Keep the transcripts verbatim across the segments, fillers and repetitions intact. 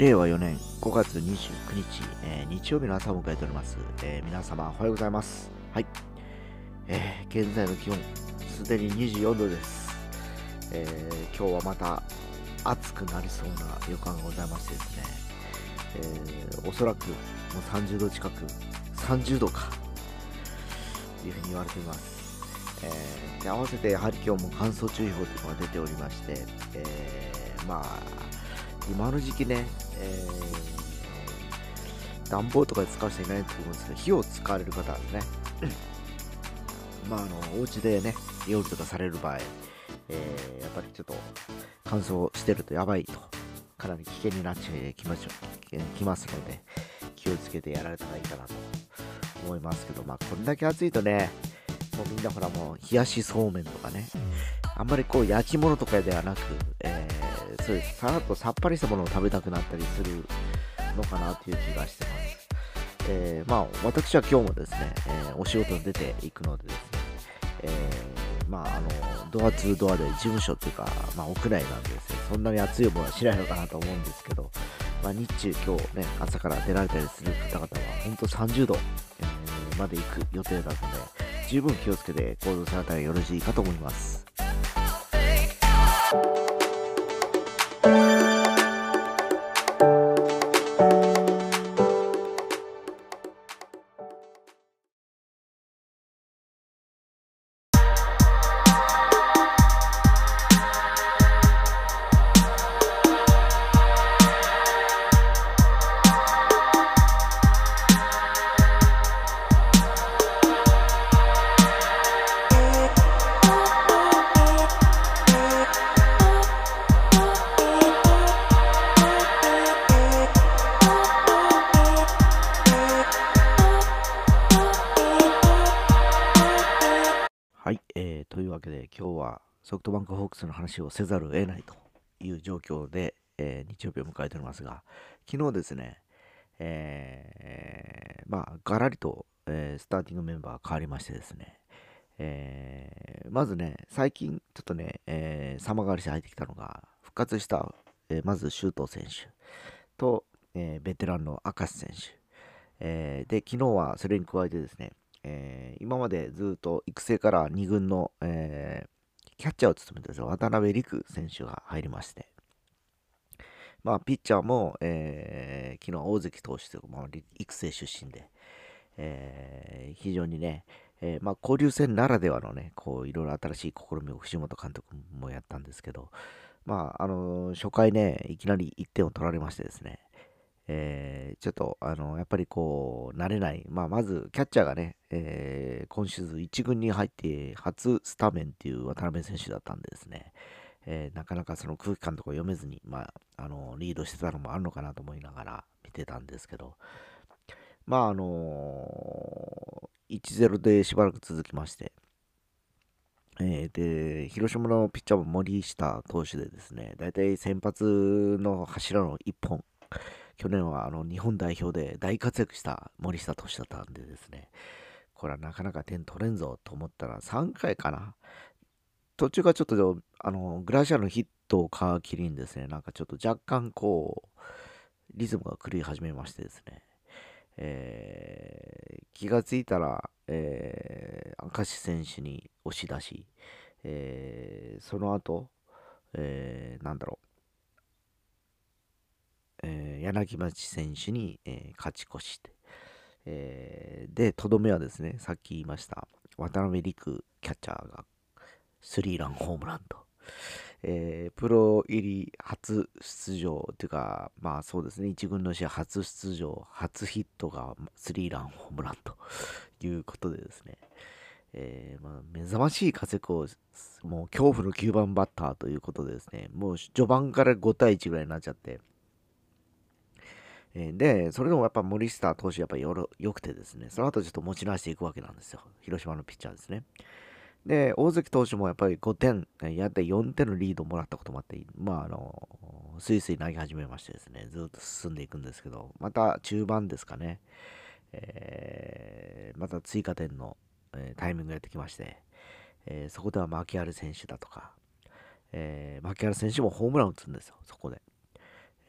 れいわよねんごがつにじゅうくにち、えー日曜日の朝を迎えております。えー皆様おはようございます。はい。えー現在の気温、すでににじゅうよんどです。えー今日はまた暑くなりそうな予感がございましてですね、えーおそらくもうさんじゅうど近く、さんじゅうどか、というふうに言われています。えーで合わせてやはり今日も乾燥注意報というのが出ておりまして、えーまあ、今の時期ね、えー暖房とかで使う人いないと思うんですけど、火を使われる方はね、まあ、あの、お家でね、料理とかされる場合、えーやっぱりちょっと乾燥してるとやばいと、かなり危険になっちゃいきますきますので、気をつけてやられたらいいかなと思いますけど、まあ、これだけ暑いとね、もうみんなほらもう冷やしそうめんとかね、あんまりこう焼き物とかではなく、えーそうです、さらっとさっぱりしたものを食べたくなったりするのかなという気がしてます。えーまあ、私は今日もですね、えーお仕事に出ていくのでですね、えーまあ、あの、ドアツードアで事務所っていうか、まあ、屋内なんでですね、そんなに暑い思いはしないのかなと思うんですけど、まあ、日中今日ね、朝から出られたりする方々は、本当さんじゅうど、えーまで行く予定なので、十分気をつけて行動されたらよろしいかと思います。はい、えー、というわけで今日はソフトバンクホークスの話をせざるを得ないという状況で、えー日曜日を迎えておりますが、昨日ですね、えーまあ、ガラリと、えースターティングメンバーが変わりましてですね、えーまずね、最近ちょっとね、えー、様変わりして入ってきたのが、復活した、えーまず周東選手と、えーベテランの明石選手、えーで、昨日はそれに加えてですね、えー今までずっと育成からに軍の、えーキャッチャーを務めていた渡辺陸選手が入りまして、まあ、ピッチャーも、えー昨日大関投手というか、まあ、育成出身で、えー非常にね、えーまあ、交流戦ならではのね、こういろいろ新しい試みを藤本監督もやったんですけど、まあ、あのー初回ね、いきなりいってんを取られましてですね、えーちょっと、あの、やっぱりこう、慣れない。まあ、まず、キャッチャーがね、えー今シーズンいち軍に入って初スタメンっていう渡辺選手だったんでですね、えーなかなかその空気感とか読めずに、まあ、あの、リードしてたのもあるのかなと思いながら見てたんですけど、まあ、あのー、いちたいゼロでしばらく続きまして、えーで、広島のピッチャーも森下投手でですね、大体先発の柱のいっぽん、去年はあの日本代表で大活躍した森下投手だったんでですね、これはなかなか点取れんぞと思ったらさんかいかな。途中からちょっとあのグラシアルのヒットを皮切りにですね、なんかちょっと若干こう、リズムが狂い始めましてですね、えー気がついたら、えー、明石選手に押し出し、えーその後、えーなんだろう、えー柳町選手に、えー勝ち越して、えーで、とどめはですね、さっき言いました、渡辺陸キャッチャーがスリーランホームランと、えープロ入り初出場というか、まあそうですね、一軍の試合初出場、初ヒットがスリーランホームランということでですね、えーまあ、目覚ましい活躍を、もう恐怖のきゅうばんバッターということでですね、もう序盤からごたいいちぐらいになっちゃって、えーで、それでもやっぱ森下投手やっぱよろ良くてですね、その後ちょっと持ち直していくわけなんですよ。広島のピッチャーですね。で、大関投手もやっぱりごてん、やってよんてんのリードをもらったこともあって、まああの、スイスイ投げ始めましてですね、ずっと進んでいくんですけど、また中盤ですかね、えーまた追加点の、えータイミングがやってきまして、えーそこではマキアル選手だとか、えーマキアル選手もホームランを打つんですよ、そこで。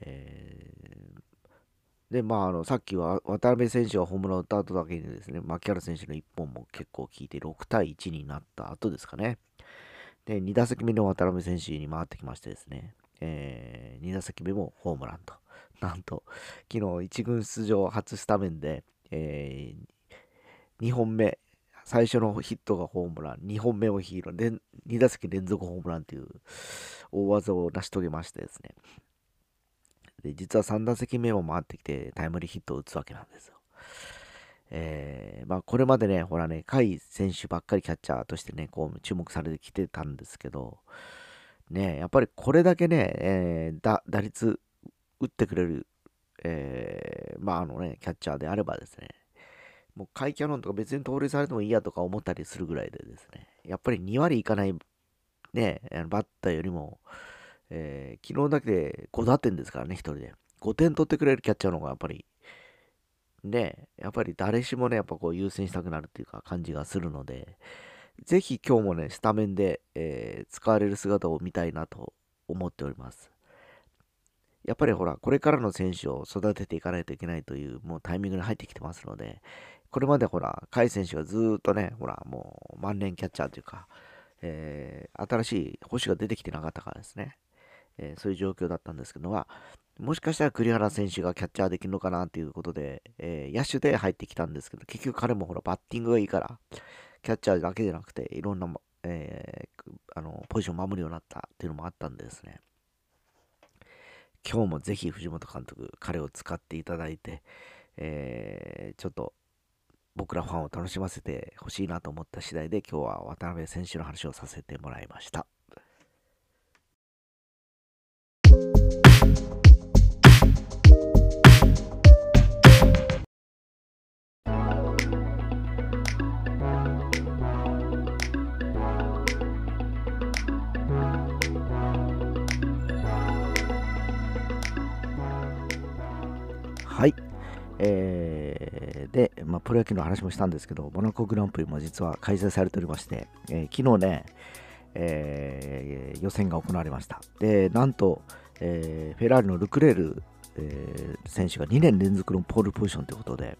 えーで、まあ、あの、さっきは渡辺選手がホームランを打った後だけにですね、牧原選手のいっぽんも結構効いてろくたいいちになった後ですかね。で、に打席目の渡辺選手に回ってきましてですね、えー、に打席目もホームランと。なんと、昨日いち軍出場初スタメンで、えー、にほんめ、最初のヒットがホームラン、にほんめをヒーローで、に打席連続ホームランという大技を成し遂げましてですね。で、実はさん打席目も回ってきてタイムリーヒットを打つわけなんですよ。えー、まあこれまでね、ほらね、甲斐選手ばっかりキャッチャーとしてね、こう注目されてきてたんですけど、ね、やっぱりこれだけね、えー、だ打率打ってくれる、えー、まああのね、キャッチャーであればですね、もう甲斐キャノンとか別に盗塁されてもいいやとか思ったりするぐらいでですね、やっぱりに割いかないね、バッターよりも、えー、昨日だけでご打点ですからね、ひとりで。ごてん取ってくれるキャッチャーの方がやっぱり、ね、やっぱり誰しもね、やっぱこう優先したくなるっていうか感じがするので、ぜひ今日もね、スタメンで、えー使われる姿を見たいなと思っております。やっぱりほら、これからの選手を育てていかないといけないという、もうタイミングに入ってきてますので、これまでほら、甲斐選手がずーっとね、ほら、もう万年キャッチャーというか、えー新しい星が出てきてなかったからですね。えーそういう状況だったんですけどは、もしかしたら栗原選手がキャッチャーできるのかなということで、えー野手で入ってきたんですけど、結局彼もほら、バッティングがいいから、キャッチャーだけじゃなくて、いろんな、えーあのポジションを守るようになったっていうのもあったんでですね、今日もぜひ藤本監督、彼を使っていただいて、えーちょっと僕らファンを楽しませてほしいなと思った次第で、今日は渡辺選手の話をさせてもらいました。はい。えーで、まあ、プロ野球の話もしたんですけど、モナコグランプリも実は開催されておりまして、えー昨日ね、えー予選が行われました。で、なんと、えーフェラーリのルクレール、えー選手がにねん連続のポールポジションということで、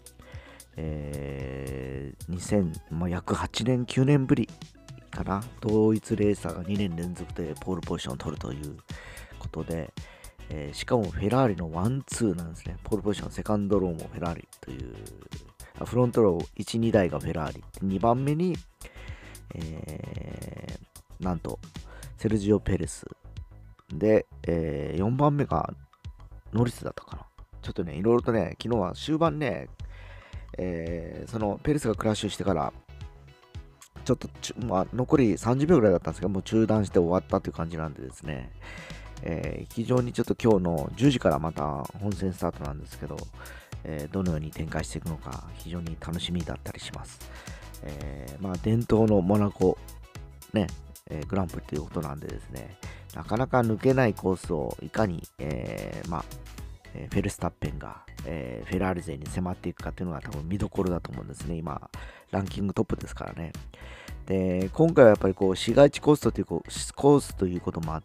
えーにせん、まあ、約はちねん、きゅうねんぶりかな、同一レーサーがにねん連続でポールポジションを取るということで、えーしかもフェラーリのワンツーなんですね。ポールポジション、セカンドローもフェラーリという、あフロントローいち、にだいがフェラーリ、にばんめに、えーなんと、セルジオ・ペレスで、えーよんばんめがノリスだったかな。ちょっとね、いろいろとね、昨日は終盤ね、えーそのペレスがクラッシュしてから、ちょっとちゅ、まあ、残りさんじゅうびょうぐらいだったんですけど、もう中断して終わったという感じなんでですね、えー非常にちょっと今日のじゅうじからまた本戦スタートなんですけど、えーどのように展開していくのか非常に楽しみだったりします。えーまあ、伝統のモナコ、ねえーグランプリということなんでですね、なかなか抜けないコースをいかに、えーまあえーフェルスタッペンが、えーフェラーリ勢に迫っていくかっていうのが多分見どころだと思うんですね。今、ランキングトップですからね。で、今回はやっぱりこう市街地コースというこうコースということもあって、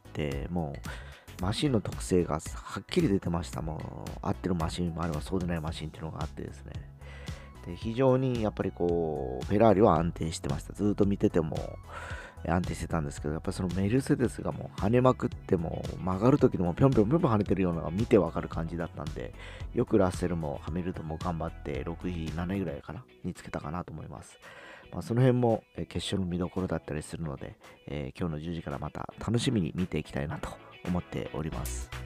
もうマシンの特性がはっきり出てました。もう合ってるマシンもあればそうでないマシンっていうのがあってですね。で、非常にやっぱりこう、フェラーリは安定してました。ずっと見てても安定してたんですけど、やっぱりそのメルセデスがもう跳ねまくっても曲がるときでもぴょんぴょんぴょんぴょん跳ねてるようなのが見てわかる感じだったんで、よくラッセルもハミルトンも頑張ってろくい、なないぐらいかなにつけたかなと思います。まあ、その辺もえー決勝の見どころだったりするので、えー今日のじゅうじからまた楽しみに見ていきたいなと思っております。